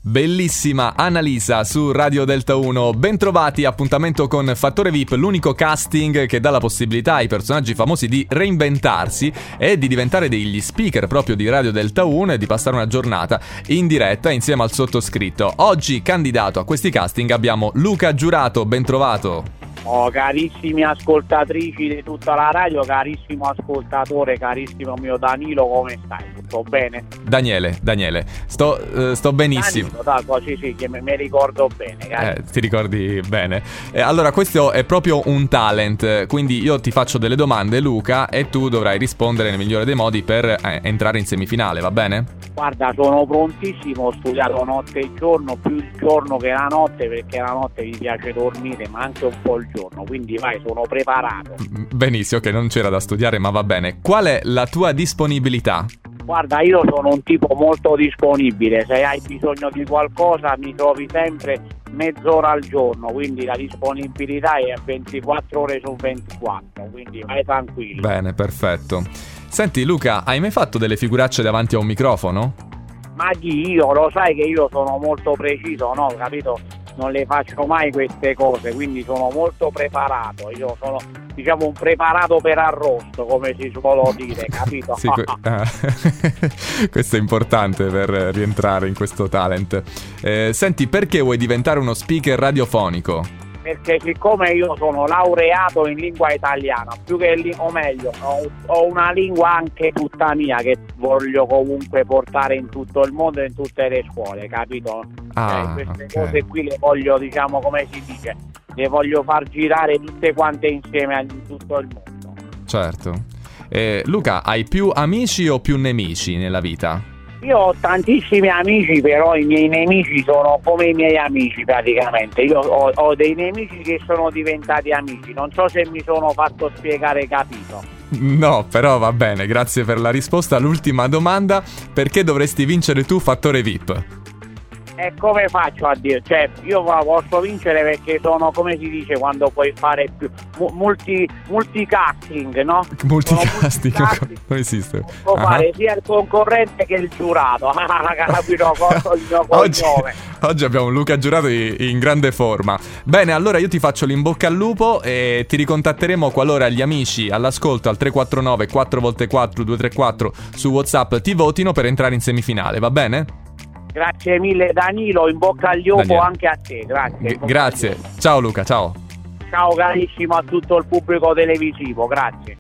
Bellissima Annalisa su Radio Delta 1. Bentrovati, appuntamento con Fattore VIP, l'unico casting che dà la possibilità ai personaggi famosi di reinventarsi e di diventare degli speaker proprio di Radio Delta 1 e di passare una giornata in diretta insieme al sottoscritto. Oggi candidato a questi casting abbiamo Luca Giurato, bentrovato. Oh, carissimi ascoltatrici di tutta la radio, carissimo ascoltatore, carissimo mio Danilo, come stai? Tutto bene? Daniele, sto benissimo. Danilo, sì, che mi ricordo bene. Ti ricordi bene. Allora, questo è proprio un talent, quindi io ti faccio delle domande, Luca, e tu dovrai rispondere nel migliore dei modi per entrare in semifinale, va bene? Guarda, sono prontissimo, ho studiato notte e giorno, più il giorno che la notte, perché la notte mi piace dormire, ma anche un po' il giorno, quindi vai, sono preparato. Benissimo, che non c'era da studiare, ma va bene. Qual è la tua disponibilità? Guarda, io sono un tipo molto disponibile, se hai bisogno di qualcosa mi trovi sempre mezz'ora al giorno, quindi la disponibilità è 24 ore su 24, quindi vai tranquillo. Bene, perfetto. Senti Luca, hai mai fatto delle figuracce davanti a un microfono? Ma chi io? Lo sai che io sono molto preciso, no? Capito? Non le faccio mai queste cose, quindi sono molto preparato. Io sono, diciamo, un preparato per arrosto, come si suol dire, capito? Sì, questo è importante per rientrare in questo talent. Senti, perché vuoi diventare uno speaker radiofonico? Perché siccome io sono laureato in lingua italiana, più che o meglio, ho una lingua anche tutta mia che voglio comunque portare in tutto il mondo e in tutte le scuole, capito? Queste cose qui le voglio, diciamo, come si dice, le voglio far girare tutte quante insieme in tutto il mondo. Certo. Luca, hai più amici o più nemici nella vita? Io ho tantissimi amici, però i miei nemici sono come i miei amici praticamente. Io ho dei nemici che sono diventati amici. Non so se mi sono fatto spiegare, capito? No, però va bene, grazie per la risposta. L'ultima domanda, perché dovresti vincere tu Fattore VIP? E come faccio a dire? Cioè, io posso vincere perché sono, come si dice, quando puoi fare più multicasting, no? Multicasting non esiste. Può fare sia il concorrente che il giurato. Capito? Il mio cognome. Oggi abbiamo Luca Giurato in grande forma. Bene, allora io ti faccio l'in bocca al lupo e ti ricontatteremo qualora gli amici all'ascolto al 349 4x4 234 su WhatsApp ti votino per entrare in semifinale, va bene? Grazie mille Danilo, in bocca al lupo Daniele. Anche a te, grazie. Grazie, ciao Luca, ciao. Ciao carissimo a tutto il pubblico televisivo, grazie.